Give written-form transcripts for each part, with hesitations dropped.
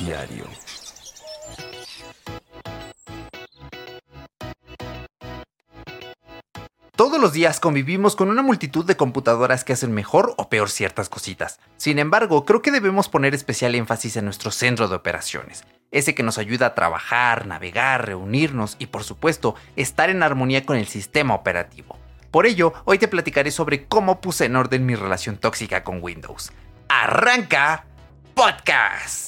Diario. Todos los días convivimos con una multitud de computadoras que hacen mejor o peor ciertas cositas. Sin embargo, creo que debemos poner especial énfasis en nuestro centro de operaciones, ese que nos ayuda a trabajar, navegar, reunirnos y, por supuesto, estar en armonía con el sistema operativo. Por ello, hoy te platicaré sobre cómo puse en orden mi relación tóxica con Windows. ¡Arranca Podcast!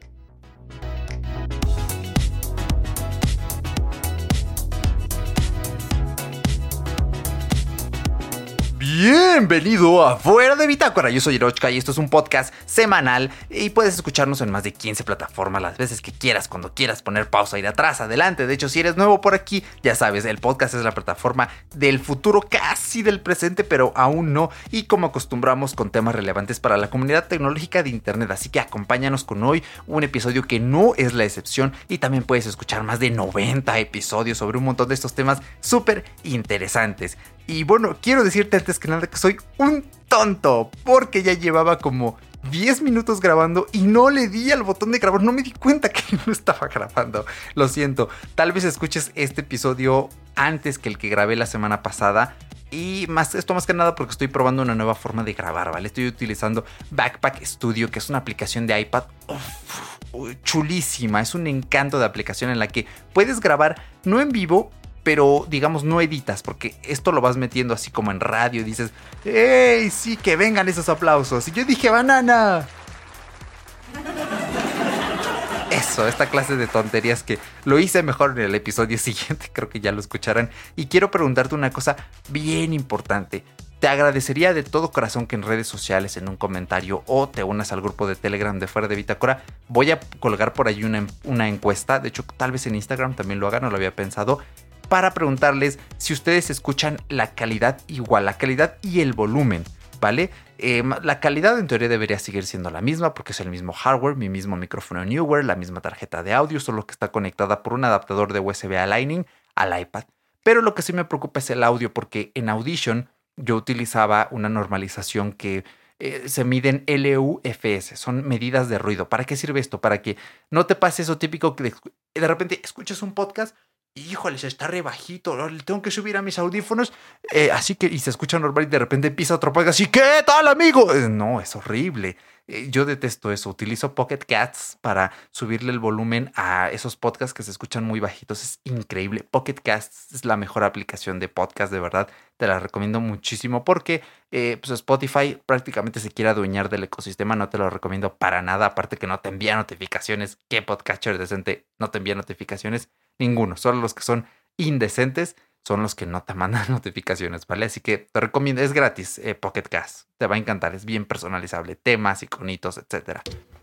Bienvenido a Fuera de Bitácora, yo soy Hirochka y esto es un podcast semanal y puedes escucharnos en más de 15 plataformas las veces que quieras, cuando quieras poner pausa, ir atrás, adelante. De hecho, si eres nuevo por aquí, ya sabes, el podcast es la plataforma del futuro, casi del presente, pero aún no, y como acostumbramos con temas relevantes para la comunidad tecnológica de internet, así que acompáñanos con hoy un episodio que no es la excepción y también puedes escuchar más de 90 episodios sobre un montón de estos temas súper interesantes. Y bueno, quiero decirte antes que nada que soy un tonto, porque ya llevaba como 10 minutos grabando y no le di al botón de grabar, no me di cuenta que no estaba grabando. Lo siento, tal vez escuches este episodio antes que el que grabé la semana pasada. Y esto más que nada porque estoy probando una nueva forma de grabar, ¿vale? Estoy utilizando Backpack Studio, que es una aplicación de iPad chulísima. Es un encanto de aplicación en la que puedes grabar no en vivo, pero digamos no editas, porque esto lo vas metiendo así como en radio y dices, ¡ey! Sí, que vengan esos aplausos. Y yo dije, ¡banana! Eso, esta clase de tonterías que lo hice mejor en el episodio siguiente, creo que ya lo escucharán. Y quiero preguntarte una cosa bien importante. Te agradecería de todo corazón que en redes sociales, en un comentario o te unas al grupo de Telegram de Fuera de Bitácora. Voy a colgar por ahí una encuesta, de hecho tal vez en Instagram también lo hagan, no lo había pensado, para preguntarles si ustedes escuchan la calidad igual, la calidad y el volumen, ¿vale? La calidad en teoría debería seguir siendo la misma porque es el mismo hardware, mi mismo micrófono Neewer, la misma tarjeta de audio, solo que está conectada por un adaptador de USB a Lightning al iPad. Pero lo que sí me preocupa es el audio, porque en Audition yo utilizaba una normalización que se miden LUFS, son medidas de ruido. ¿Para qué sirve esto? Para que no te pase eso típico que de repente escuchas un podcast, híjole, se está re bajito, le tengo que subir a mis audífonos, así que, y se escucha normal y de repente empieza otro podcast, ¿y qué tal, amigo? No, es horrible. Yo detesto eso, utilizo Pocket Casts para subirle el volumen a esos podcasts que se escuchan muy bajitos, es increíble. Pocket Casts es la mejor aplicación de podcast, de verdad, te la recomiendo muchísimo porque pues Spotify prácticamente se quiere adueñar del ecosistema, no te lo recomiendo para nada, aparte que no te envía notificaciones. ¿Qué podcatcher decente no te envía notificaciones? Ninguno, solo los que son indecentes son los que no te mandan notificaciones, ¿vale? Así que te recomiendo, es gratis, Pocket Cast, te va a encantar, es bien personalizable, temas, iconitos, etc.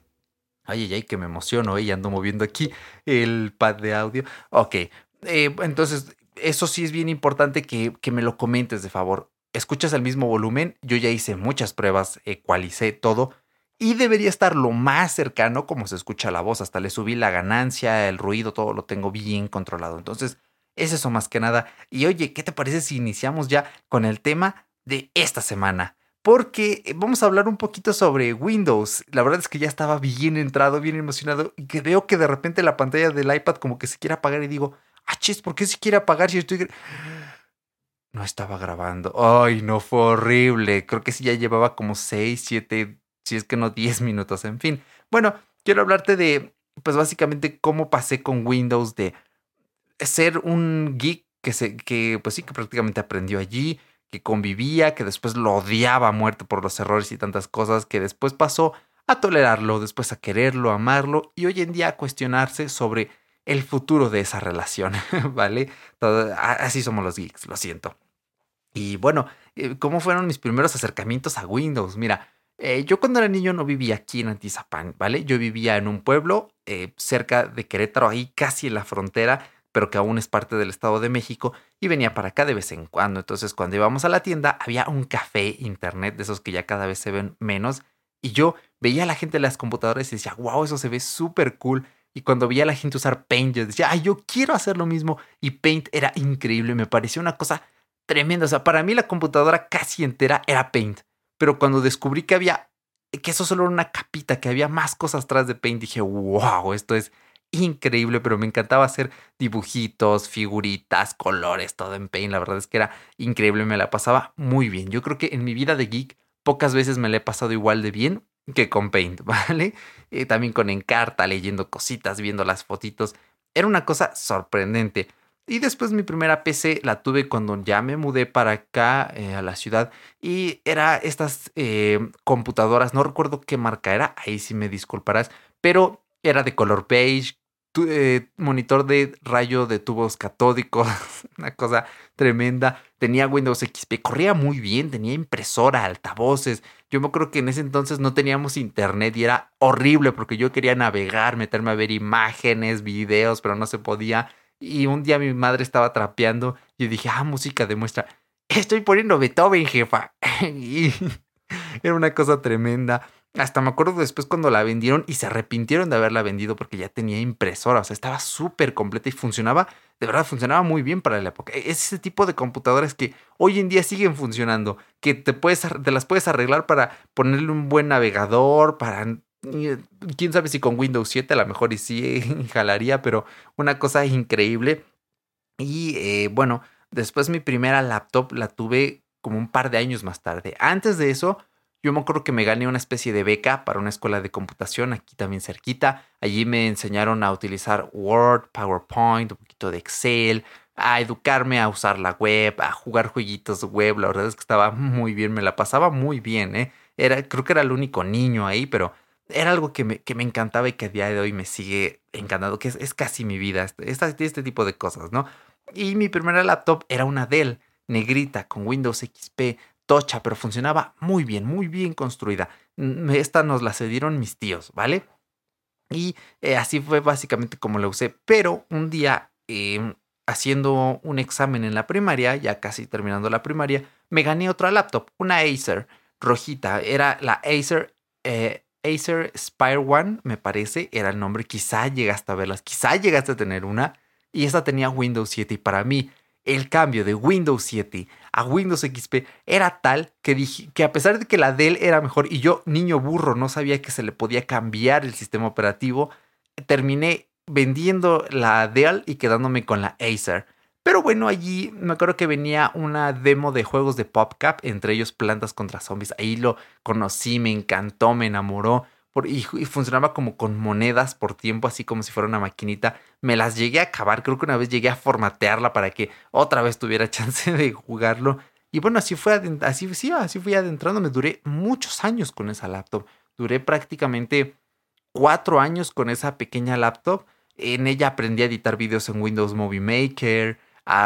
Ay, que me emociono, y ando moviendo aquí el pad de audio. Ok, entonces, eso sí es bien importante que me lo comentes de favor. ¿Escuchas el mismo volumen? Yo ya hice muchas pruebas, ecualicé todo y debería estar lo más cercano como se escucha la voz. Hasta le subí la ganancia, el ruido, todo lo tengo bien controlado. Entonces, es eso más que nada. Y oye, ¿qué te parece si iniciamos ya con el tema de esta semana? Porque vamos a hablar un poquito sobre Windows. La verdad es que ya estaba bien entrado, bien emocionado, y que veo que de repente la pantalla del iPad como que se quiere apagar y digo, chis, ¿por qué se quiere apagar si estoy... No estaba grabando. Ay, no, fue horrible. Creo que sí ya llevaba como 6, 7, si es que no 10 minutos, en fin. Bueno, quiero hablarte de, pues básicamente cómo pasé con Windows de ser un geek que pues sí, que prácticamente aprendió allí, que convivía, que después lo odiaba a muerte por los errores y tantas cosas, que después pasó a tolerarlo, después a quererlo, a amarlo y hoy en día a cuestionarse sobre el futuro de esa relación, ¿vale? Así somos los geeks, lo siento. Y bueno, ¿cómo fueron mis primeros acercamientos a Windows? Mira, yo cuando era niño no vivía aquí en Atizapán, ¿vale? Yo vivía en un pueblo cerca de Querétaro, ahí casi en la frontera, pero que aún es parte del Estado de México, y venía para acá de vez en cuando. Entonces, cuando íbamos a la tienda, había un café internet de esos que ya cada vez se ven menos, y yo veía a la gente en las computadoras y decía, wow, eso se ve súper cool. Y cuando veía a la gente usar Paint, yo decía, yo quiero hacer lo mismo. Y Paint era increíble, me pareció una cosa tremendo. O sea, para mí la computadora casi entera era Paint. Pero cuando descubrí que había que eso solo era una capita, que había más cosas atrás de Paint. Dije, wow, esto es increíble, pero me encantaba hacer dibujitos, figuritas, colores, todo en Paint. La verdad es que era increíble, me la pasaba muy bien. Yo creo que en mi vida de geek pocas veces me la he pasado igual de bien que con Paint, ¿vale? También con Encarta, leyendo cositas, viendo las fotitos. Era una cosa sorprendente. Y después mi primera PC la tuve cuando ya me mudé para acá, a la ciudad. Y era estas computadoras, no recuerdo qué marca era, ahí sí me disculparás, pero era de color beige, monitor de rayo de tubos catódicos, una cosa tremenda. Tenía Windows XP, corría muy bien, tenía impresora, altavoces. Yo me acuerdo que en ese entonces no teníamos internet y era horrible porque yo quería navegar, meterme a ver imágenes, videos, pero no se podía. Y un día mi madre estaba trapeando y yo dije, música de muestra. Estoy poniendo Beethoven, jefa. Y era una cosa tremenda. Hasta me acuerdo después cuando la vendieron y se arrepintieron de haberla vendido porque ya tenía impresora. O sea, estaba súper completa y funcionaba, de verdad, funcionaba muy bien para la época. Es ese tipo de computadoras que hoy en día siguen funcionando, que te las puedes arreglar para ponerle un buen navegador, para... Quién sabe si con Windows 7 a lo mejor y sí jalaría, pero una cosa increíble. Y bueno, después mi primera laptop la tuve como un par de años más tarde. Antes de eso, yo me acuerdo que me gané una especie de beca para una escuela de computación aquí también cerquita. Allí me enseñaron a utilizar Word, PowerPoint, un poquito de Excel, a educarme a usar la web, a jugar jueguitos web. La verdad es que estaba muy bien, me la pasaba muy bien, ¿eh? Creo que era el único niño ahí, pero era algo que me encantaba y que a día de hoy me sigue encantando, que es casi mi vida, este tipo de cosas, ¿no? Y mi primera laptop era una Dell negrita con Windows XP, tocha, pero funcionaba muy bien construida. Esta nos la cedieron mis tíos, ¿vale? Y así fue básicamente como la usé. Pero un día, haciendo un examen en la primaria, ya casi terminando la primaria, me gané otra laptop, una Acer rojita. Era la Acer Spire One, me parece, era el nombre. Quizá llegaste a verlas, quizá llegaste a tener una. Y esta tenía Windows 7. Y para mí, el cambio de Windows 7 a Windows XP era tal que dije que a pesar de que la Dell era mejor y yo, niño burro, no sabía que se le podía cambiar el sistema operativo, terminé vendiendo la Dell y quedándome con la Acer. Pero bueno, allí me acuerdo que venía una demo de juegos de PopCap, entre ellos Plantas contra Zombies. Ahí lo conocí, me encantó, me enamoró. Y funcionaba como con monedas por tiempo, así como si fuera una maquinita. Me las llegué a acabar, creo que una vez llegué a formatearla para que otra vez tuviera chance de jugarlo. Y bueno, así fui adentrándome. Duré muchos años con esa laptop. Duré prácticamente 4 años con esa pequeña laptop. En ella aprendí a editar videos en Windows Movie Maker.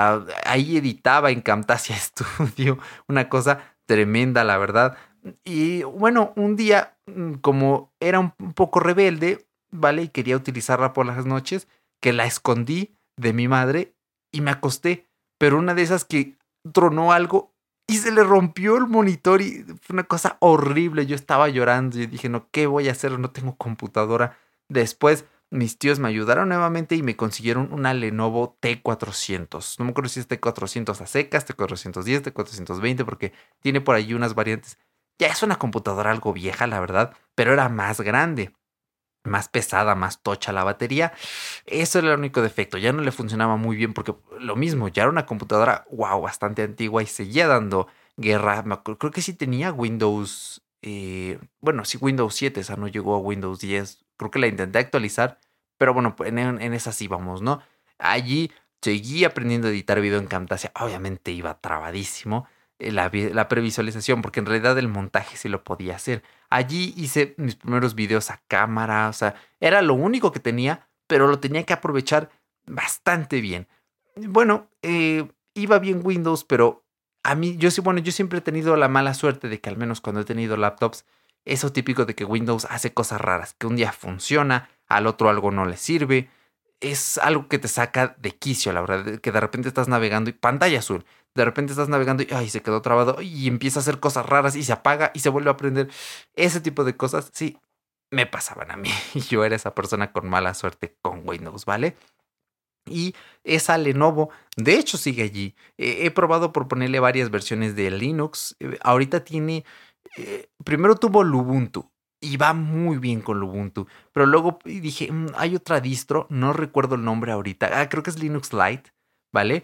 Ahí editaba en Camtasia Studio. Una cosa tremenda, la verdad. Y bueno, un día, como era un poco rebelde, ¿vale? Y quería utilizarla por las noches, que la escondí de mi madre y me acosté. Pero una de esas que tronó algo y se le rompió el monitor y fue una cosa horrible. Yo estaba llorando y dije, no, ¿qué voy a hacer? No tengo computadora. Después mis tíos me ayudaron nuevamente y me consiguieron una Lenovo T400. No me acuerdo si es T400 a secas, T410, T420, porque tiene por ahí unas variantes. Ya es una computadora algo vieja, la verdad, pero era más grande, más pesada, más tocha la batería. Eso era el único defecto. Ya no le funcionaba muy bien porque lo mismo, ya era una computadora, wow, bastante antigua y seguía dando guerra. Creo que sí tenía Windows, bueno, sí Windows 7, esa no llegó a Windows 10. Creo que la intenté actualizar, pero bueno, pues en esa sí vamos, ¿no? Allí seguí aprendiendo a editar video en Camtasia. Obviamente iba trabadísimo la previsualización, porque en realidad el montaje sí lo podía hacer. Allí hice mis primeros videos a cámara, o sea, era lo único que tenía, pero lo tenía que aprovechar bastante bien. Bueno, iba bien Windows, pero a mí, yo sí, bueno, yo siempre he tenido la mala suerte de que al menos cuando he tenido laptops, eso típico de que Windows hace cosas raras, que un día funciona, al otro algo no le sirve. Es algo que te saca de quicio, la verdad, que de repente estás navegando y pantalla azul. De repente estás navegando y ay, se quedó trabado y empieza a hacer cosas raras y se apaga y se vuelve a prender. Ese tipo de cosas, sí, me pasaban a mí. Yo era esa persona con mala suerte con Windows, ¿vale? Y esa Lenovo, de hecho, sigue allí. He probado por ponerle varias versiones de Linux. Ahorita tiene, primero tuvo Lubuntu. y va muy bien con el Ubuntu. Pero luego dije, hay otra distro, no recuerdo el nombre ahorita. Creo que es Linux Lite, ¿vale?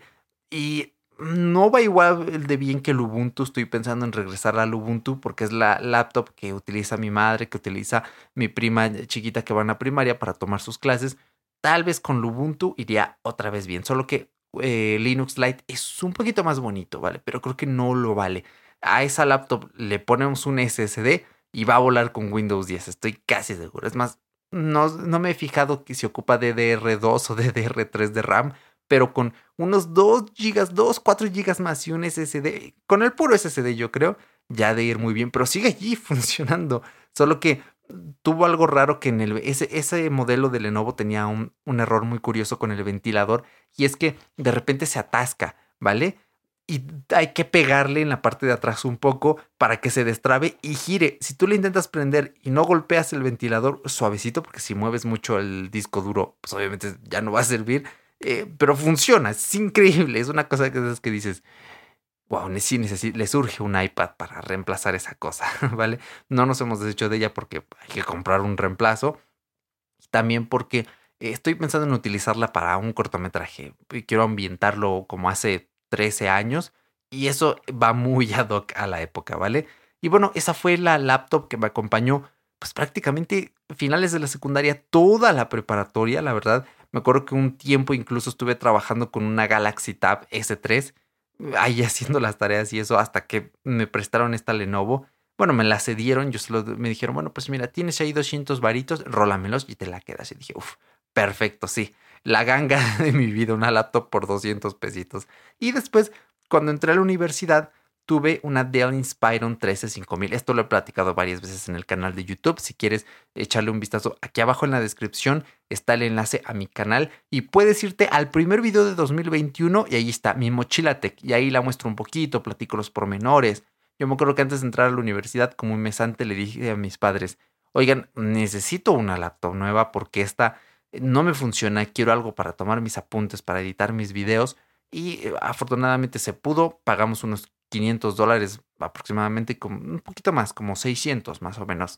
Y no va igual de bien que el Ubuntu. Estoy pensando en regresar al Ubuntu porque es la laptop que utiliza mi madre, que utiliza mi prima chiquita que va a la primaria para tomar sus clases. Tal vez con el Ubuntu iría otra vez bien, solo que Linux Lite es un poquito más bonito, ¿vale? Pero creo que no lo vale. A esa laptop le ponemos un SSD y va a volar con Windows 10, estoy casi seguro. Es más, no me he fijado que se ocupa DDR2 o DDR3 de RAM, pero con unos 2 gigas, 2, 4 gigas más y un SSD, con el puro SSD yo creo, ya de ir muy bien, pero sigue allí funcionando. Solo que tuvo algo raro que en ese modelo de Lenovo tenía un error muy curioso con el ventilador y es que de repente se atasca, ¿vale? Y hay que pegarle en la parte de atrás un poco para que se destrabe y gire. Si tú le intentas prender y no golpeas el ventilador suavecito, porque si mueves mucho el disco duro, pues obviamente ya no va a servir. Pero funciona, es increíble. Es una cosa de esas que dices, wow, sí le surge un iPad para reemplazar esa cosa, ¿vale? No nos hemos deshecho de ella porque hay que comprar un reemplazo. También porque estoy pensando en utilizarla para un cortometraje. Y quiero ambientarlo como hace 13 años. Y eso va muy ad hoc a la época, ¿vale? Y bueno, esa fue la laptop que me acompañó, pues prácticamente finales de la secundaria, toda la preparatoria, la verdad. Me acuerdo que un tiempo incluso estuve trabajando con una Galaxy Tab S3, ahí haciendo las tareas y eso, hasta que me prestaron esta Lenovo. Bueno, me la cedieron, me dijeron, bueno, pues mira, tienes ahí 200 varitos, rólamelos y te la quedas. Y dije, uff, perfecto, sí. La ganga de mi vida, una laptop por 200 pesitos. Y después, cuando entré a la universidad, tuve una Dell Inspiron 13500. Esto lo he platicado varias veces en el canal de YouTube. Si quieres echarle un vistazo, aquí abajo en la descripción está el enlace a mi canal y puedes irte al primer video de 2021 y ahí está mi mochila tech. Y ahí la muestro un poquito, platico los pormenores. Yo me acuerdo que antes de entrar a la universidad, como un mes antes, le dije a mis padres, oigan, necesito una laptop nueva porque esta no me funciona, quiero algo para tomar mis apuntes, para editar mis videos. Y afortunadamente se pudo, pagamos unos $500 aproximadamente, como, un poquito más, como 600 más o menos.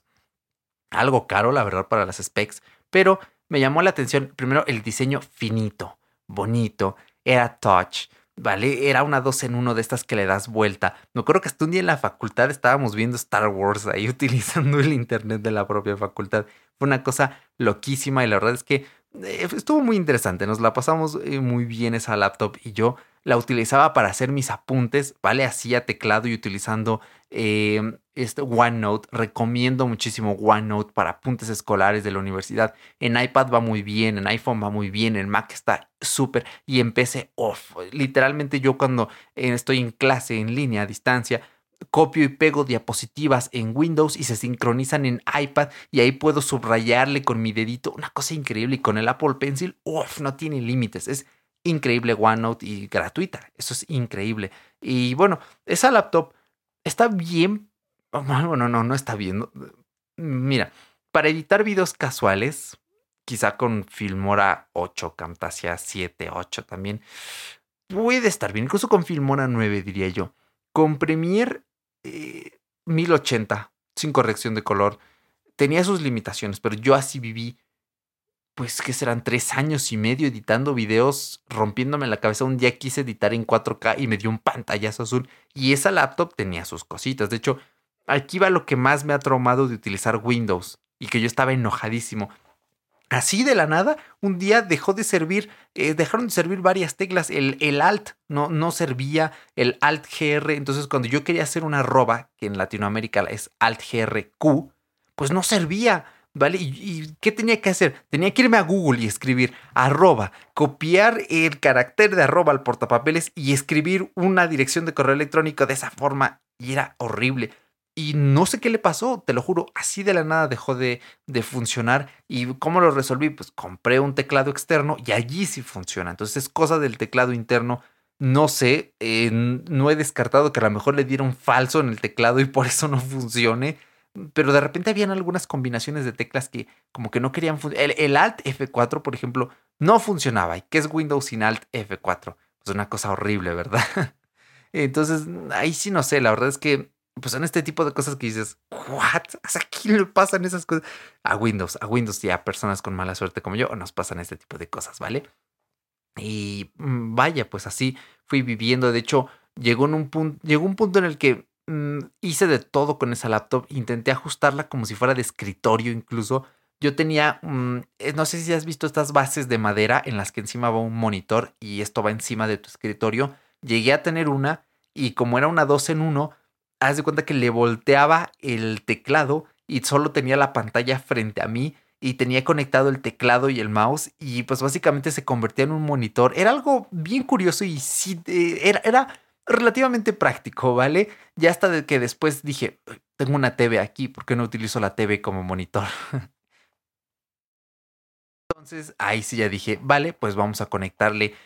Algo caro, la verdad, para las specs, pero me llamó la atención primero el diseño finito, bonito, era touch, ¿vale? Era una 2 en 1 de estas que le das vuelta. Me acuerdo que hasta un día en la facultad estábamos viendo Star Wars ahí utilizando el internet de la propia facultad. Fue una cosa loquísima y la verdad es que estuvo muy interesante. Nos la pasamos muy bien esa laptop y yo la utilizaba para hacer mis apuntes, ¿vale? Hacía teclado y utilizando OneNote. Recomiendo muchísimo OneNote para apuntes escolares de la universidad. En iPad va muy bien, en iPhone va muy bien, en Mac está súper y en PC off. Literalmente yo cuando estoy en clase, en línea, a distancia, copio y pego diapositivas en Windows y se sincronizan en iPad y ahí puedo subrayarle con mi dedito. Una cosa increíble y con el Apple Pencil, uff, no tiene límites. Es increíble OneNote y gratuita. Eso es increíble. Y bueno, esa laptop está bien. Bueno, no está bien. Mira, para editar videos casuales, quizá con Filmora 8, Camtasia 7, 8 también, puede estar bien. Incluso con Filmora 9, diría yo. Con Premiere 1080, sin corrección de color, tenía sus limitaciones, pero yo así viví, pues, ¿qué serán? 3 años y medio editando videos, rompiéndome la cabeza. Un día quise editar en 4K y me dio un pantallazo azul. Y esa laptop tenía sus cositas. De hecho, aquí va lo que más me ha traumado de utilizar Windows y que yo estaba enojadísimo. Así de la nada, un día dejó de servir, dejaron de servir varias teclas. El Alt no servía, el Alt GR. Entonces, cuando yo quería hacer una arroba, que en Latinoamérica es Alt GRQ, pues no servía. ¿Vale? ¿Y qué tenía que hacer? Tenía que irme a Google y escribir arroba, copiar el carácter de arroba al portapapeles y escribir una dirección de correo electrónico de esa forma. Y era horrible. Y no sé qué le pasó, te lo juro, así de la nada dejó de funcionar. ¿Y cómo lo resolví? Pues compré un teclado externo y allí sí funciona. Entonces es cosa del teclado interno. No sé, no he descartado que a lo mejor le dieron falso en el teclado y por eso no funcione. Pero de repente habían algunas combinaciones de teclas que como que no querían funcionar. El Alt F4, por ejemplo, no funcionaba. ¿Y qué es Windows sin Alt F4? Pues una cosa horrible, ¿verdad? Entonces, ahí sí no sé, la verdad es que pues son este tipo de cosas que dices, ¿what? O sea, ¿a quién le pasan esas cosas? A Windows y a personas con mala suerte como yo nos pasan este tipo de cosas, ¿vale? Y vaya, pues así fui viviendo. De hecho, llegó un punto en el que hice de todo con esa laptop. Intenté ajustarla como si fuera de escritorio incluso. Yo tenía, no sé si has visto estas bases de madera en las que encima va un monitor y esto va encima de tu escritorio. Llegué a tener una y como era una 2 en uno, haz de cuenta que le volteaba el teclado y solo tenía la pantalla frente a mí y tenía conectado el teclado y el mouse y pues básicamente se convertía en un monitor. Era algo bien curioso y sí, era relativamente práctico, ¿vale? Ya hasta de que después dije, tengo una TV aquí, ¿por qué no utilizo la TV como monitor? Entonces ahí sí ya dije, vale, pues vamos a conectarle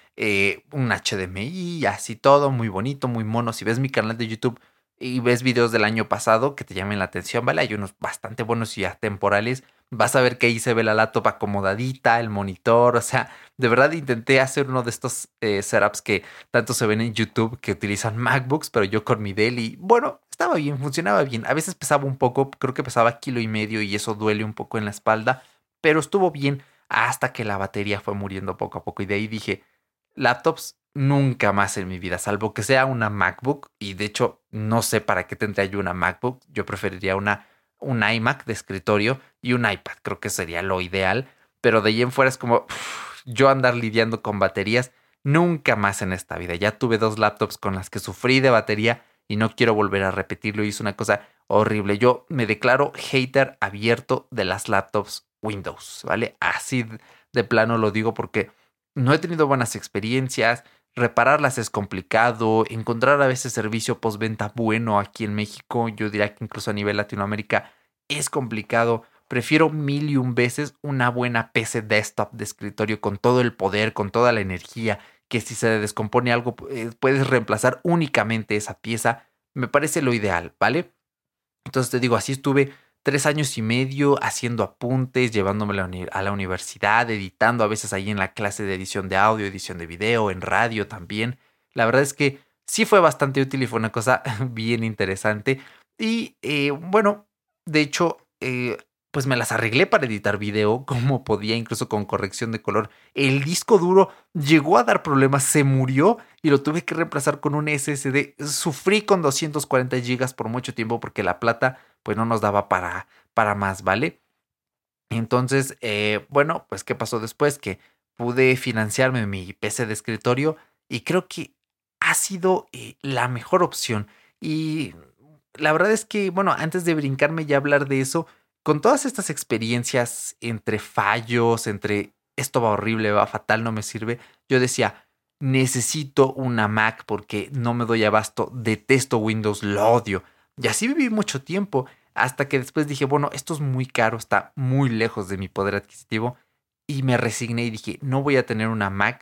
un HDMI y así todo, muy bonito, muy mono. Si ves mi canal de YouTube y ves videos del año pasado que te llamen la atención, ¿vale? Hay unos bastante buenos y atemporales. Vas a ver que ahí se ve la laptop acomodadita, el monitor, o sea, de verdad intenté hacer uno de estos setups que tanto se ven en YouTube que utilizan MacBooks, pero yo con mi Dell y bueno, estaba bien, funcionaba bien. A veces pesaba un poco, creo que pesaba kilo y medio y eso duele un poco en la espalda, pero estuvo bien hasta que la batería fue muriendo poco a poco y de ahí dije, laptops nunca más en mi vida, salvo que sea una MacBook y de hecho no sé para qué tendría yo una MacBook, yo preferiría un iMac de escritorio y un iPad, creo que sería lo ideal, pero de ahí en fuera es como yo andar lidiando con baterías nunca más en esta vida. Ya tuve dos laptops con las que sufrí de batería y no quiero volver a repetirlo y es una cosa horrible. Yo me declaro hater abierto de las laptops Windows, ¿vale? Así de plano lo digo porque no he tenido buenas experiencias, repararlas es complicado, encontrar a veces servicio postventa bueno aquí en México, yo diría que incluso a nivel Latinoamérica es complicado. Prefiero mil y un veces una buena PC desktop de escritorio con todo el poder, con toda la energía, que si se descompone algo puedes reemplazar únicamente esa pieza. Me parece lo ideal, ¿vale? Entonces te digo, así estuve 3 años y medio haciendo apuntes, llevándome a la universidad, editando a veces ahí en la clase de edición de audio, edición de video, en radio también. La verdad es que sí fue bastante útil y fue una cosa bien interesante. Y bueno, de hecho, pues me las arreglé para editar video como podía, incluso con corrección de color. El disco duro llegó a dar problemas, se murió y lo tuve que reemplazar con un SSD. Sufrí con 240 gigas por mucho tiempo porque la plata pues no nos daba para más, ¿vale? Entonces, bueno, pues ¿qué pasó después? Que pude financiarme mi PC de escritorio y creo que ha sido la mejor opción. Y la verdad es que, bueno, antes de brincarme y hablar de eso, con todas estas experiencias entre fallos, entre esto va horrible, va fatal, no me sirve, yo decía, necesito una Mac porque no me doy abasto, detesto Windows, lo odio. Y así viví mucho tiempo. Hasta que después dije, bueno, esto es muy caro, está muy lejos de mi poder adquisitivo. Y me resigné y dije, no voy a tener una Mac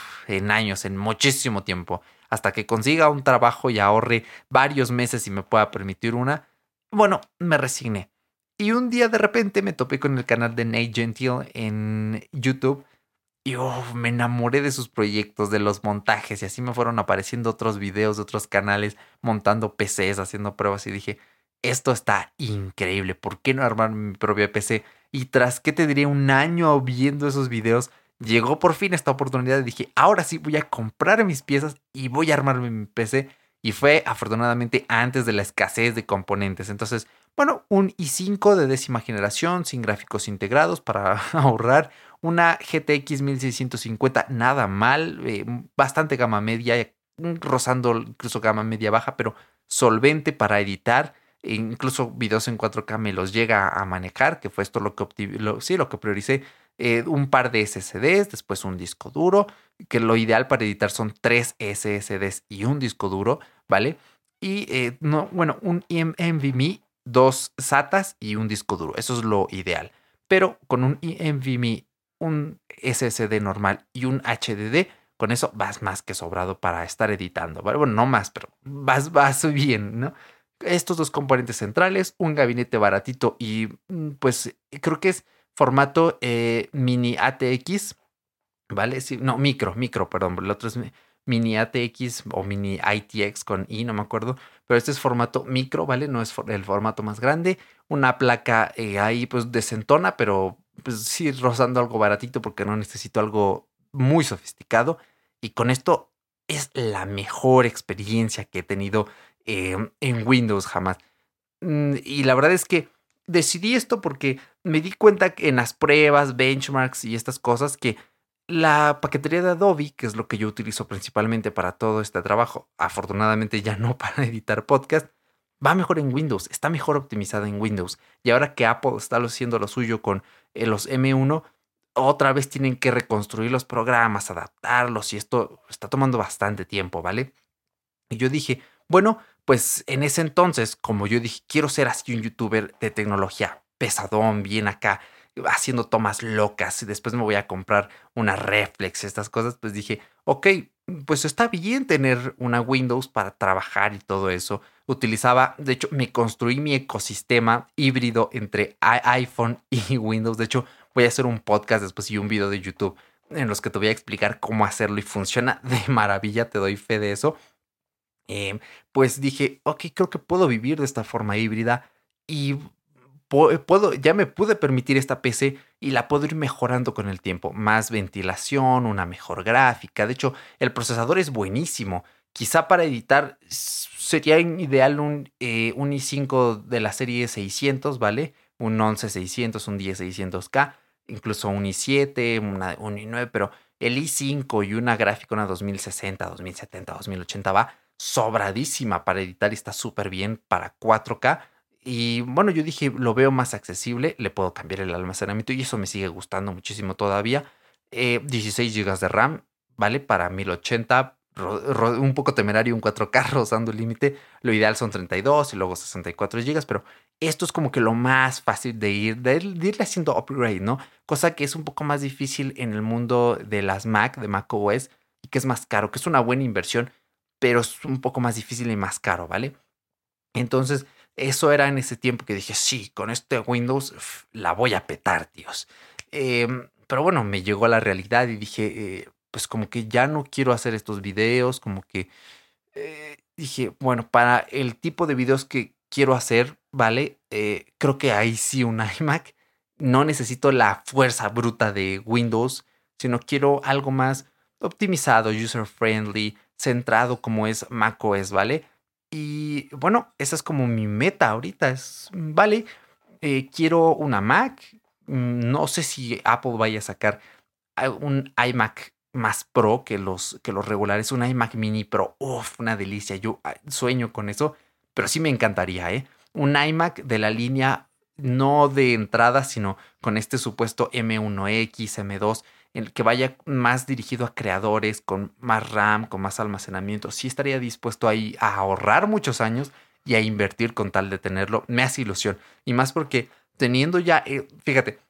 en años, en muchísimo tiempo. Hasta que consiga un trabajo y ahorre varios meses y me pueda permitir una. Bueno, me resigné. Y un día de repente me topé con el canal de Nate Gentil en YouTube. Y me enamoré de sus proyectos, de los montajes. Y así me fueron apareciendo otros videos de otros canales montando PCs, haciendo pruebas. Y dije, esto está increíble, ¿por qué no armar mi propia PC? Y tras, ¿qué te diría? Un año viendo esos videos, llegó por fin esta oportunidad y dije, ahora sí voy a comprar mis piezas y voy a armarme mi PC. Y fue afortunadamente antes de la escasez de componentes. Entonces, bueno, un i5 de 10ª generación sin gráficos integrados para ahorrar. Una GTX 1650, nada mal, bastante gama media, rozando incluso gama media baja, pero solvente para editar incluso videos en 4K me los llega a manejar, que fue esto lo que sí, lo que prioricé. Un par de SSDs, después un disco duro, que lo ideal para editar son 3 SSDs y un disco duro, ¿vale? Y no, bueno, un NVMe, dos SATAs y un disco duro. Eso es lo ideal. Pero con un NVMe, un SSD normal y un HDD, con eso vas más que sobrado para estar editando, ¿vale? Bueno, no más, pero vas bien, ¿no? Estos dos componentes centrales, un gabinete baratito y pues creo que es formato mini ATX, ¿vale? Sí, no, micro, perdón, el otro es mini ATX o mini ITX con I, no me acuerdo, pero este es formato micro, ¿vale? No es el formato más grande. Una placa ahí pues decentona, pero pues sí rozando algo baratito porque no necesito algo muy sofisticado. Y con esto es la mejor experiencia que he tenido en Windows jamás. Y la verdad es que decidí esto porque me di cuenta que en las pruebas, benchmarks y estas cosas que la paquetería de Adobe, que es lo que yo utilizo principalmente para todo este trabajo, afortunadamente ya no para editar podcast, va mejor en Windows, está mejor optimizada en Windows. Y ahora que Apple está haciendo lo suyo con los M1, otra vez tienen que reconstruir los programas, adaptarlos y esto está tomando bastante tiempo, ¿vale? Y yo dije, bueno, pues en ese entonces, como yo dije, quiero ser así un youtuber de tecnología pesadón, bien acá, haciendo tomas locas y después me voy a comprar una reflex, estas cosas, pues dije, ok, pues está bien tener una Windows para trabajar y todo eso. Utilizaba, de hecho, me construí mi ecosistema híbrido entre iPhone y Windows. De hecho, voy a hacer un podcast después y un video de YouTube en los que te voy a explicar cómo hacerlo y funciona de maravilla, te doy fe de eso. Pues dije, ok, creo que puedo vivir de esta forma híbrida y puedo, ya me pude permitir esta PC y la puedo ir mejorando con el tiempo. Más ventilación, una mejor gráfica. De hecho, el procesador es buenísimo. Quizá para editar sería ideal un i5 de la serie 600, ¿vale? Un 11600, un 10600K, incluso un i7, un i9, pero el i5 y una gráfica, una 2060, 2070, 2080 va sobradísima para editar y está súper bien para 4K. Y bueno, yo dije, lo veo más accesible, le puedo cambiar el almacenamiento y eso me sigue gustando muchísimo todavía. 16 gigas de RAM, ¿vale? Para 1080, un poco temerario, un 4K rozando el límite. Lo ideal son 32 y luego 64 gigas, pero esto es como que lo más fácil de irle haciendo upgrade, ¿no? Cosa que es un poco más difícil en el mundo de las Mac, de Mac OS, y que es más caro, que es una buena inversión, pero es un poco más difícil y más caro, ¿vale? Entonces, eso era en ese tiempo que dije, sí, con este Windows la voy a petar, tíos. Pero bueno, me llegó a la realidad y dije, pues como que ya no quiero hacer estos videos, como que dije, bueno, para el tipo de videos que quiero hacer, ¿vale? Creo que ahí sí un iMac. No necesito la fuerza bruta de Windows, sino quiero algo más optimizado, user friendly, centrado como es macOS, ¿vale? Y bueno, esa es como mi meta ahorita, vale, quiero una Mac. No sé si Apple vaya a sacar un iMac más Pro que los regulares, un iMac Mini Pro. Uf, una delicia. Yo sueño con eso, pero sí me encantaría, ¿eh? Un iMac de la línea no de entrada, sino con este supuesto M1X, M2, en el que vaya más dirigido a creadores, con más RAM, con más almacenamiento. Sí estaría dispuesto ahí a ahorrar muchos años y a invertir con tal de tenerlo. Me hace ilusión. Y más porque teniendo ya, fíjate,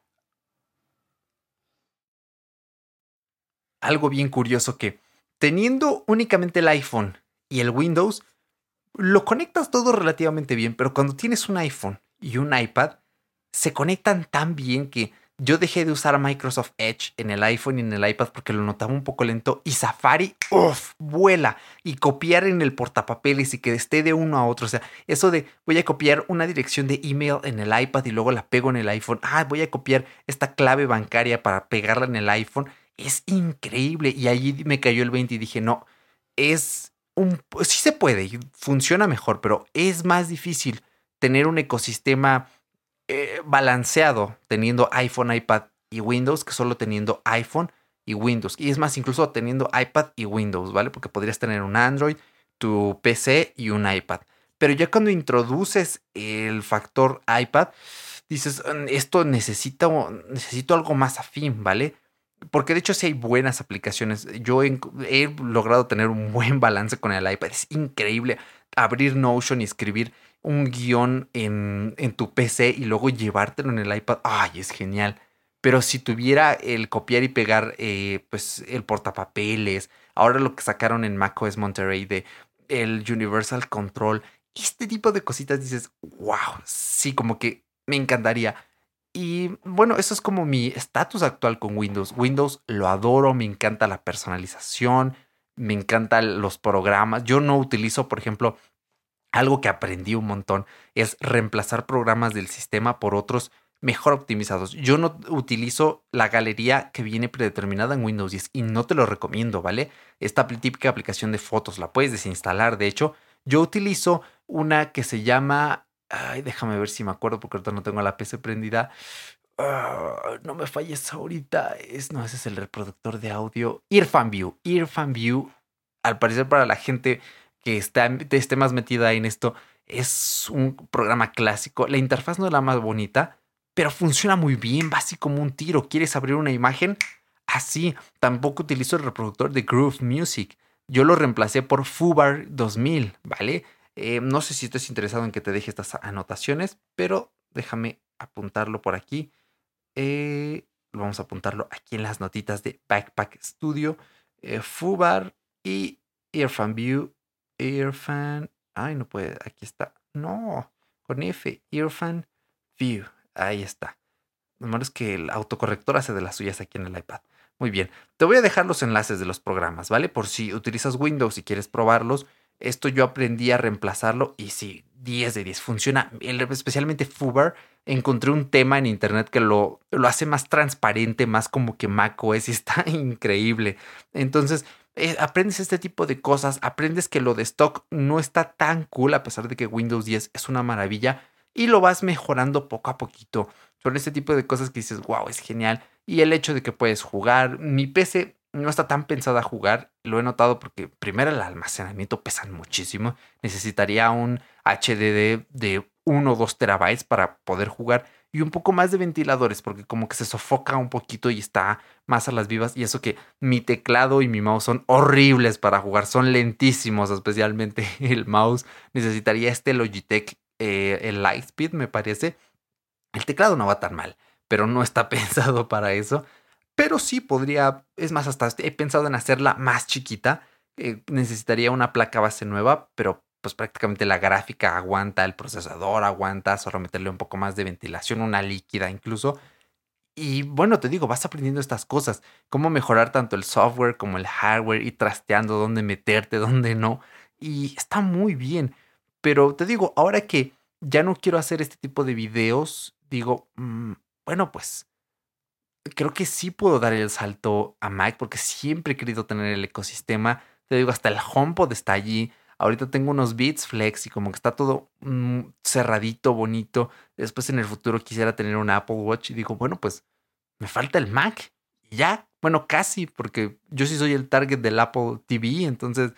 algo bien curioso que teniendo únicamente el iPhone y el Windows, lo conectas todo relativamente bien, pero cuando tienes un iPhone y un iPad, se conectan tan bien que yo dejé de usar Microsoft Edge en el iPhone y en el iPad porque lo notaba un poco lento y Safari, uff, vuela y copiar en el portapapeles y que esté de uno a otro. O sea, eso de voy a copiar una dirección de email en el iPad y luego la pego en el iPhone. Ah, voy a copiar esta clave bancaria para pegarla en el iPhone. Es increíble. Y allí me cayó el 20 y dije, no, es pues sí se puede y funciona mejor, pero es más difícil tener un ecosistema balanceado teniendo iPhone, iPad y Windows que solo teniendo iPhone y Windows. Y es más, incluso teniendo iPad y Windows, ¿vale? Porque podrías tener un Android, tu PC y un iPad. Pero ya cuando introduces el factor iPad, dices, esto necesito algo más afín, ¿vale? Porque de hecho sí hay buenas aplicaciones. Yo he logrado tener un buen balance con el iPad. Es increíble abrir Notion y escribir un guión en tu PC y luego llevártelo en el iPad. ¡Ay, es genial! Pero si tuviera el copiar y pegar, pues el portapapeles, ahora lo que sacaron en macOS Monterey de el Universal Control, este tipo de cositas dices, wow, sí, como que me encantaría. Y bueno, eso es como mi estatus actual con Windows. Windows lo adoro, me encanta la personalización. me encantan los programas. Yo no utilizo, por ejemplo, algo que aprendí un montón es reemplazar programas del sistema por otros mejor optimizados. Yo no utilizo la galería que viene predeterminada en Windows 10 y no te lo recomiendo, ¿vale? Esta típica aplicación de fotos la puedes desinstalar. De hecho, yo utilizo una que se llama... Ay, déjame ver si me acuerdo porque ahorita no tengo la PC prendida. No me falles ahorita. No, ese es el reproductor de audio. Earphone View, al parecer para la gente que esté más metida en esto, es un programa clásico. La interfaz no es la más bonita, pero funciona muy bien, va así como un tiro. ¿Quieres abrir una imagen? Así. Tampoco utilizo el reproductor de Groove Music. Yo lo reemplacé por Fubar 2000, ¿vale? No sé si estás interesado en que te deje estas anotaciones, pero déjame apuntarlo por aquí. Vamos a apuntarlo aquí en las notitas de Backpack Studio. Fubar y Earphone View. Earphone. Ay, no puede. Aquí está. No. Con F. Earphone View. Ahí está. Lo malo es que el autocorrector hace de las suyas aquí en el iPad. Muy bien. Te voy a dejar los enlaces de los programas, ¿vale? Por si utilizas Windows y quieres probarlos. Esto yo aprendí a reemplazarlo y sí, 10 de 10. Funciona. Especialmente Fubar. Encontré un tema en internet que lo hace más transparente, más como que macOS y está increíble. Entonces, aprendes este tipo de cosas. Aprendes que lo de stock no está tan cool a pesar de que Windows 10 es una maravilla y lo vas mejorando poco a poquito. Son este tipo de cosas que dices, wow, es genial. Y el hecho de que puedes jugar. Mi PC no está tan pensada a jugar. Lo he notado porque primero el almacenamiento pesa muchísimo. Necesitaría un HDD de 1 o 2 terabytes para poder jugar. Y un poco más de ventiladores porque como que se sofoca un poquito y está más a las vivas. Y eso que mi teclado y mi mouse son horribles para jugar. Son lentísimos, especialmente el mouse. Necesitaría este Logitech, el Lightspeed me parece. El teclado no va tan mal, pero no está pensado para eso. Pero sí podría, es más, hasta he pensado en hacerla más chiquita. Necesitaría una placa base nueva, pero pues prácticamente la gráfica aguanta, el procesador aguanta, solo meterle un poco más de ventilación, una líquida incluso. Y bueno, te digo, vas aprendiendo estas cosas, cómo mejorar tanto el software como el hardware y trasteando dónde meterte, dónde no. Y está muy bien. Pero te digo, ahora que ya no quiero hacer este tipo de videos, digo, bueno, pues creo que sí puedo dar el salto a Mac porque siempre he querido tener el ecosistema. Te digo, hasta el HomePod está allí. Ahorita tengo unos Beats Flex y como que está todo cerradito, bonito. Después en el futuro quisiera tener un Apple Watch y digo, bueno, pues me falta el Mac. Y ya, bueno, casi, porque yo sí soy el target del Apple TV, entonces,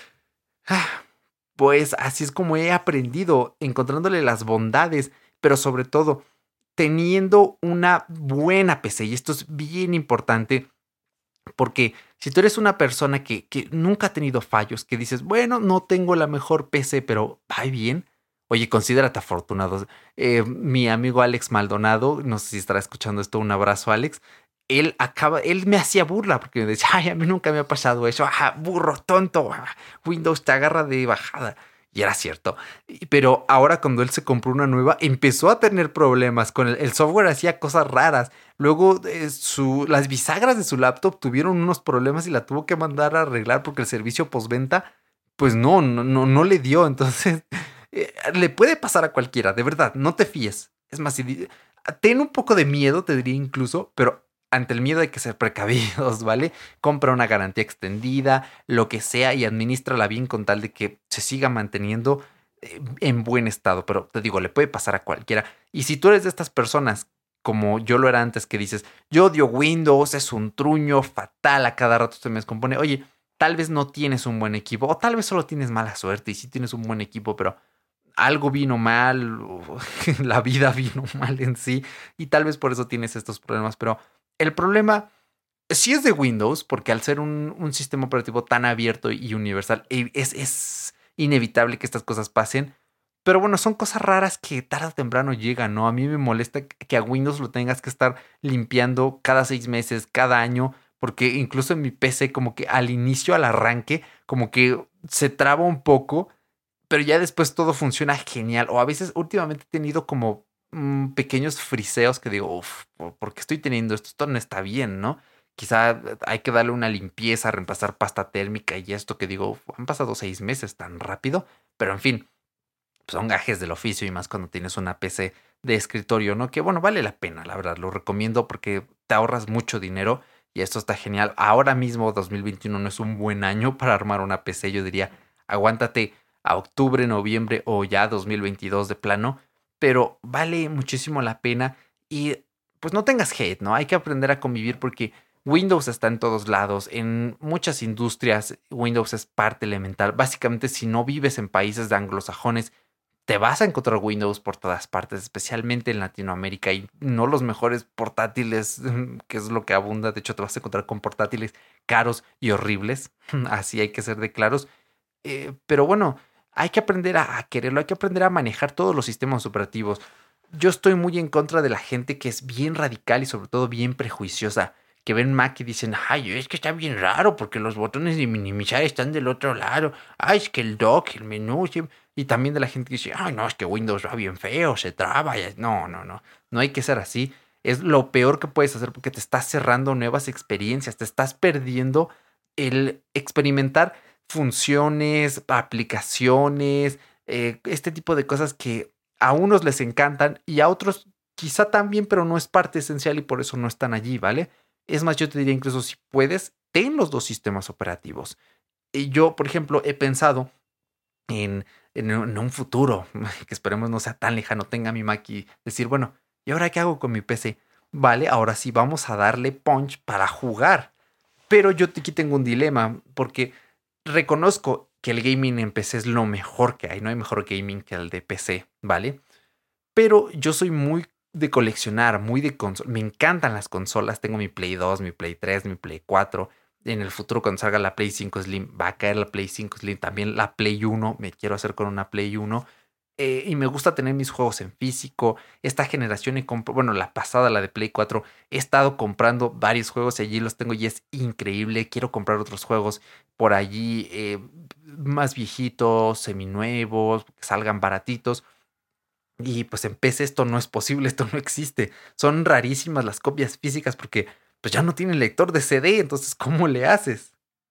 ah, pues así es como he aprendido, encontrándole las bondades, pero sobre todo teniendo una buena PC. Y esto es bien importante porque si tú eres una persona que nunca ha tenido fallos, que dices, bueno, no tengo la mejor PC, pero va bien. Oye, considérate afortunado. Mi amigo Alex Maldonado, no sé si estará escuchando esto, un abrazo, Alex. Él me hacía burla porque me decía, ay, a mí nunca me ha pasado eso, ajá, burro, tonto, Windows te agarra de bajada. Y era cierto. Pero ahora cuando él se compró una nueva, empezó a tener problemas con el software, hacía cosas raras. Luego las bisagras de su laptop tuvieron unos problemas y la tuvo que mandar a arreglar porque el servicio postventa, pues no le dio. Entonces, le puede pasar a cualquiera, de verdad, no te fíes. Es más, ten un poco de miedo, te diría incluso, pero ante el miedo hay que ser precavidos, ¿vale? Compra una garantía extendida, lo que sea, y administrala bien con tal de que se siga manteniendo en buen estado. Pero te digo, le puede pasar a cualquiera. Y si tú eres de estas personas como yo lo era antes, que dices, yo odio Windows, es un truño fatal, a cada rato se me descompone. Oye, tal vez no tienes un buen equipo, o tal vez solo tienes mala suerte, y sí tienes un buen equipo, pero algo vino mal, o la vida vino mal en sí, y tal vez por eso tienes estos problemas. Pero el problema sí es de Windows, porque al ser un sistema operativo tan abierto y universal, es inevitable que estas cosas pasen. Pero bueno, son cosas raras que tarde o temprano llegan, ¿no? A mí me molesta que a Windows lo tengas que estar limpiando cada 6 meses, cada año, porque incluso en mi PC como que al inicio, al arranque, como que se traba un poco, pero ya después todo funciona genial. O a veces últimamente he tenido como pequeños friseos que digo, uff, ¿por qué estoy teniendo esto? Esto no está bien, ¿no? Quizá hay que darle una limpieza, reemplazar pasta térmica y esto que digo, han pasado 6 meses tan rápido, pero en fin, son gajes del oficio y más cuando tienes una PC de escritorio, ¿no? Que bueno, vale la pena, la verdad, lo recomiendo porque te ahorras mucho dinero y esto está genial. Ahora mismo, 2021 no es un buen año para armar una PC, yo diría, aguántate a octubre, noviembre o ya 2022 de plano, pero vale muchísimo la pena y pues no tengas hate, ¿no? Hay que aprender a convivir porque Windows está en todos lados, en muchas industrias Windows es parte elemental. Básicamente, si no vives en países de anglosajones, te vas a encontrar Windows por todas partes, especialmente en Latinoamérica y no los mejores portátiles, que es lo que abunda. De hecho, te vas a encontrar con portátiles caros y horribles. Así hay que ser de claros. Pero bueno, hay que aprender a quererlo, hay que aprender a manejar todos los sistemas operativos. Yo estoy muy en contra de la gente que es bien radical y sobre todo bien prejuiciosa, que ven Mac y dicen, ay, es que está bien raro porque los botones de minimizar están del otro lado. Ay, es que el dock, el menú. Sí". Y también de la gente que dice, ay, no, es que Windows va bien feo, se traba. No, no, no. No hay que ser así. Es lo peor que puedes hacer porque te estás cerrando nuevas experiencias, te estás perdiendo el experimentar funciones, aplicaciones, este tipo de cosas que a unos les encantan y a otros quizá también, pero no es parte esencial y por eso no están allí, ¿vale? Es más, yo te diría incluso si puedes, ten los dos sistemas operativos. Y yo, por ejemplo, he pensado en un futuro, que esperemos no sea tan lejano, tenga mi Mac y decir, bueno, ¿y ahora qué hago con mi PC? Vale, ahora sí vamos a darle punch para jugar. Pero yo aquí tengo un dilema, porque reconozco que el gaming en PC es lo mejor que hay, no hay mejor gaming que el de PC, ¿vale? Pero yo soy muy de coleccionar, muy de consolas. Me encantan las consolas. Tengo mi Play 2, mi Play 3, mi Play 4. En el futuro, cuando salga la Play 5 Slim, va a caer la Play 5 Slim. También la Play 1. Me quiero hacer con una Play 1. Y me gusta tener mis juegos en físico. Esta generación he comprado, bueno, la pasada, la de Play 4, he estado comprando varios juegos y allí los tengo y es increíble. Quiero comprar otros juegos por allí, más viejitos, seminuevos, que salgan baratitos. Y pues en PC esto no es posible, esto no existe. Son rarísimas las copias físicas porque pues ya no tienen lector de CD, entonces ¿cómo le haces?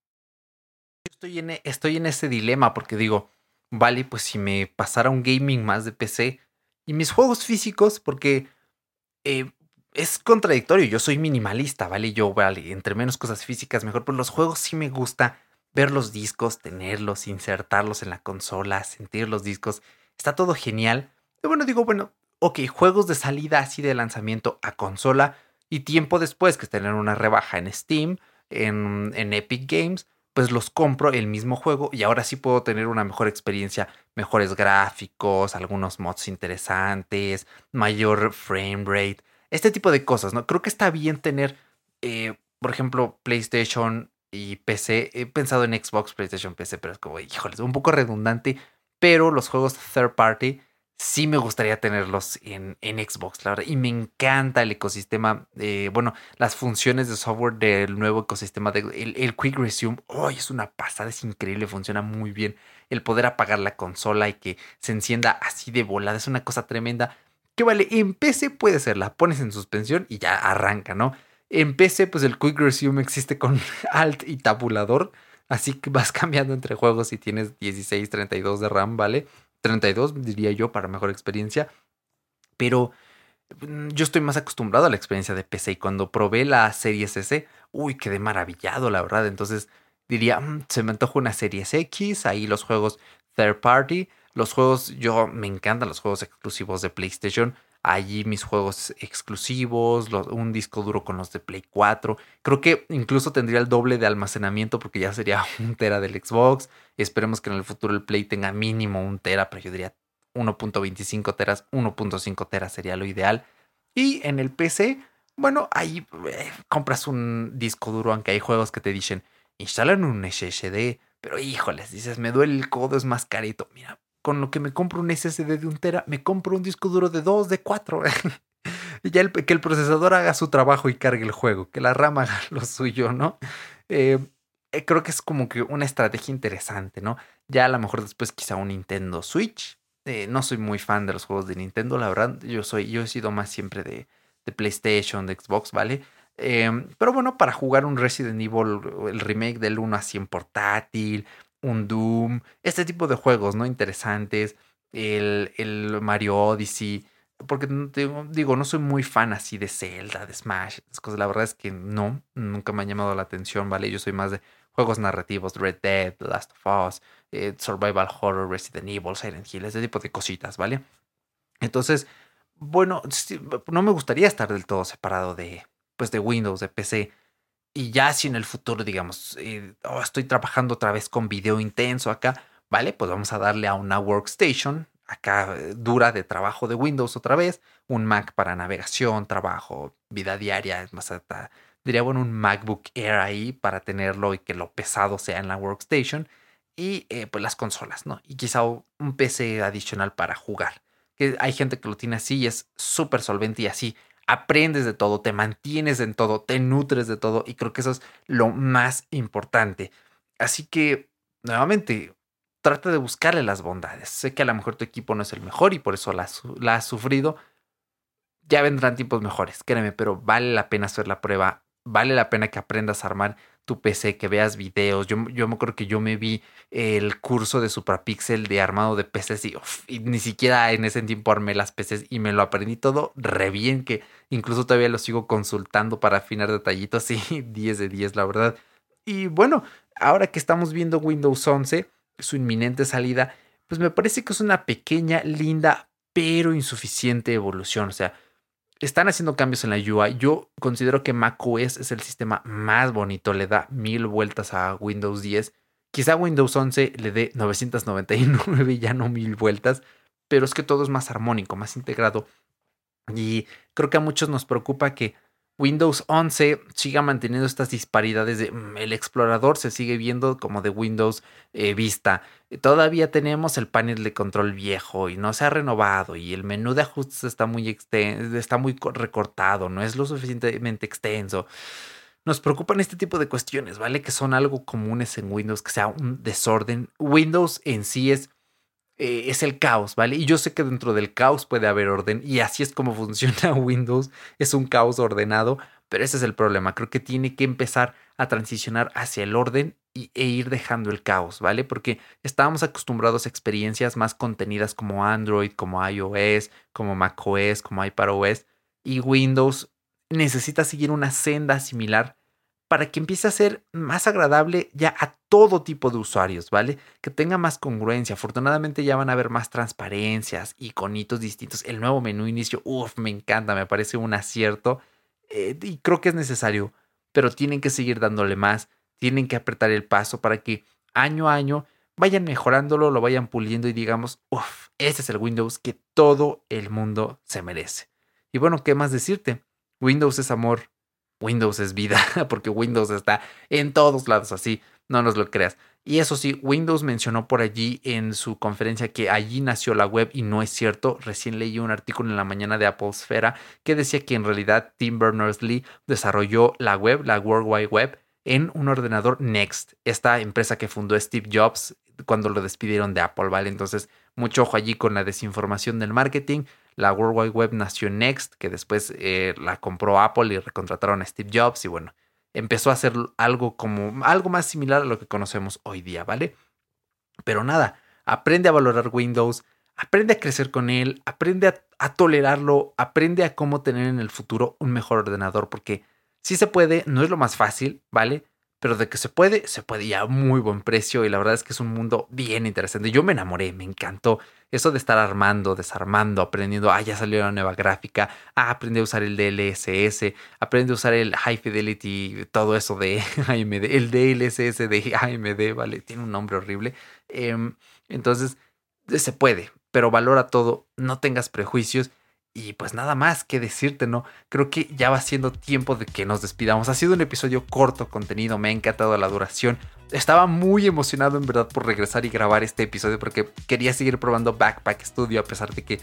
Yo estoy en ese dilema porque digo, vale, pues si me pasara un gaming más de PC y mis juegos físicos, porque eh, es contradictorio, yo soy minimalista, ¿vale? Yo, vale, entre menos cosas físicas mejor, pero los juegos sí me gusta ver los discos, tenerlos, insertarlos en la consola, sentir los discos, está todo genial. Y bueno, digo, bueno, ok, juegos de salida así de lanzamiento a consola y tiempo después que tener una rebaja en Steam, en Epic Games, pues los compro el mismo juego y ahora sí puedo tener una mejor experiencia, mejores gráficos, algunos mods interesantes, mayor frame rate, este tipo de cosas, ¿no? Creo que está bien tener, por ejemplo, PlayStation y PC. He pensado en Xbox, PlayStation, PC, pero es como, híjoles, un poco redundante, pero los juegos third party sí me gustaría tenerlos en Xbox, la verdad. Y me encanta el ecosistema, bueno, las funciones de software del nuevo ecosistema, el Quick Resume. Oh, es una pasada, es increíble, funciona muy bien. El poder apagar la consola y que se encienda así de volada es una cosa tremenda. Que vale, en PC puede ser, la pones en suspensión y ya arranca, ¿no? En PC, pues el Quick Resume existe con Alt y tabulador. Así que vas cambiando entre juegos si tienes 16, 32 de RAM, ¿vale? 32 diría yo para mejor experiencia. Pero yo estoy más acostumbrado a la experiencia de PC y cuando probé la Series S, uy, quedé maravillado, la verdad. Entonces diría, se me antoja una Series X, ahí los juegos third party, los juegos, yo me encantan los juegos exclusivos de PlayStation, allí mis juegos exclusivos, un disco duro con los de Play 4. Creo que incluso tendría el doble de almacenamiento porque ya sería 1 tera del Xbox. Esperemos que en el futuro el Play tenga mínimo 1 tera, pero yo diría 1.25 teras, 1.5 teras sería lo ideal. Y en el PC, bueno, ahí compras un disco duro, aunque hay juegos que te dicen, instalan un SSD, pero híjoles, dices, me duele el codo, es más carito. Mira, con lo que me compro un SSD de 1 tera, me compro un disco duro de 2, de 4. Y ya que el procesador haga su trabajo y cargue el juego, que la RAM haga lo suyo, ¿no? Eh, Creo que es como que una estrategia interesante, ¿no? Ya a lo mejor después quizá un Nintendo Switch. No soy muy fan de los juegos de Nintendo, la verdad. Yo he sido más siempre de PlayStation, de Xbox, ¿vale? Pero bueno, para jugar un Resident Evil, el remake del 1 así en portátil, un Doom, este tipo de juegos, ¿no? Interesantes, el Mario Odyssey, porque digo, no soy muy fan así de Zelda, de Smash, esas cosas. La verdad es que no, nunca me han llamado la atención, ¿vale? Yo soy más de juegos narrativos, Red Dead, The Last of Us, Survival Horror, Resident Evil, Silent Hill, ese tipo de cositas, ¿vale? Entonces, bueno, sí, no me gustaría estar del todo separado pues de Windows, de PC. Y ya si en el futuro, digamos, estoy trabajando otra vez con video intenso acá, ¿vale? Pues vamos a darle a una workstation acá dura de trabajo de Windows otra vez, un Mac para navegación, trabajo, vida diaria, es más, hasta, diría, bueno, un MacBook Air ahí para tenerlo y que lo pesado sea en la workstation y pues las consolas, ¿no? Y quizá un PC adicional para jugar, que hay gente que lo tiene así y es súper solvente y así aprendes de todo, te mantienes en todo, te nutres de todo y creo que eso es lo más importante. Así que, nuevamente, trata de buscarle las bondades. Sé que a lo mejor tu equipo no es el mejor y por eso la has sufrido. Ya vendrán tiempos mejores, créeme, pero vale la pena hacer la prueba. Vale la pena que aprendas a armar tu PC, que veas videos. Yo me acuerdo que yo me vi el curso de Suprapixel de armado de PCs y ni siquiera en ese tiempo armé las PCs y me lo aprendí todo re bien, que incluso todavía lo sigo consultando para afinar detallitos y 10 de 10, la verdad. Y bueno, ahora que estamos viendo Windows 11, su inminente salida, pues me parece que es una pequeña, linda, pero insuficiente evolución. O sea, están haciendo cambios en la UI. Yo considero que macOS es el sistema más bonito. Le da 1000 vueltas a Windows 10. Quizá Windows 11 le dé 999 y ya no 1000 vueltas. Pero es que todo es más armónico, más integrado. Y creo que a muchos nos preocupa que Windows 11 siga manteniendo estas disparidades de el explorador se sigue viendo como de Windows Vista. Todavía tenemos el panel de control viejo y no se ha renovado y el menú de ajustes está muy recortado, no es lo suficientemente extenso. Nos preocupan este tipo de cuestiones, ¿vale? Que son algo comunes en Windows, que sea un desorden. Windows en sí es el caos, ¿vale? Y yo sé que dentro del caos puede haber orden y así es como funciona Windows, es un caos ordenado, pero ese es el problema, creo que tiene que empezar a transicionar hacia el orden e ir dejando el caos, ¿vale? Porque estábamos acostumbrados a experiencias más contenidas como Android, como iOS, como macOS, como iPadOS y Windows necesita seguir una senda similar para que empiece a ser más agradable ya a todo tipo de usuarios, ¿vale? Que tenga más congruencia. Afortunadamente ya van a haber más transparencias, iconitos distintos. El nuevo menú inicio, me encanta, me parece un acierto y creo que es necesario, pero tienen que seguir dándole más, tienen que apretar el paso para que año a año vayan mejorándolo, lo vayan puliendo y digamos, ese es el Windows que todo el mundo se merece. Y bueno, ¿qué más decirte? Windows es amor. Windows es vida, porque Windows está en todos lados así, no nos lo creas. Y eso sí, Windows mencionó por allí en su conferencia que allí nació la web y no es cierto. Recién leí un artículo en la mañana de Applesfera que decía que en realidad Tim Berners-Lee desarrolló la web, la World Wide Web, en un ordenador Next, esta empresa que fundó Steve Jobs cuando lo despidieron de Apple, ¿vale? Entonces, mucho ojo allí con la desinformación del marketing. La World Wide Web nació en Next, que después la compró Apple y recontrataron a Steve Jobs y bueno, empezó a hacer algo más similar a lo que conocemos hoy día, ¿vale? Pero nada, aprende a valorar Windows, aprende a crecer con él, aprende a tolerarlo, aprende a cómo tener en el futuro un mejor ordenador, porque sí se puede, no es lo más fácil, ¿vale? Pero de que se puede y a muy buen precio y la verdad es que es un mundo bien interesante. Yo me enamoré, me encantó eso de estar armando, desarmando, aprendiendo, ya salió la nueva gráfica, aprendí a usar el DLSS, aprendí a usar el High Fidelity, todo eso de AMD, el DLSS de AMD, ¿vale? Tiene un nombre horrible. Entonces, se puede, pero valora todo, no tengas prejuicios. Y pues nada más que decirte, ¿no? Creo que ya va siendo tiempo de que nos despidamos. Ha sido un episodio corto contenido, me ha encantado la duración. Estaba muy emocionado en verdad por regresar y grabar este episodio porque quería seguir probando Backpack Studio a pesar de que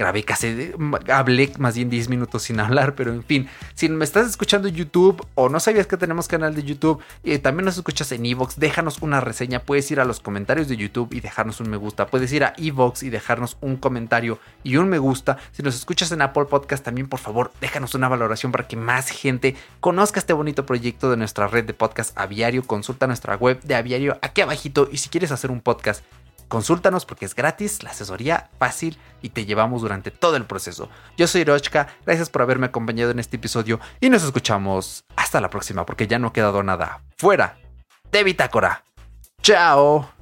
hablé más bien 10 minutos sin hablar, pero en fin, si me estás escuchando en YouTube o no sabías que tenemos canal de YouTube y también nos escuchas en iVoox, déjanos una reseña, puedes ir a los comentarios de YouTube y dejarnos un me gusta, puedes ir a iVoox y dejarnos un comentario y un me gusta, si nos escuchas escuchas en Apple Podcast, también por favor déjanos una valoración para que más gente conozca este bonito proyecto de nuestra red de podcast Aviario. Consulta nuestra web de Aviario aquí abajito, y si quieres hacer un podcast, consúltanos porque es gratis, la asesoría fácil y te llevamos durante todo el proceso. Yo soy Hiroshka, gracias por haberme acompañado en este episodio y nos escuchamos hasta la próxima porque ya no ha quedado nada fuera de Bitácora. ¡Chao!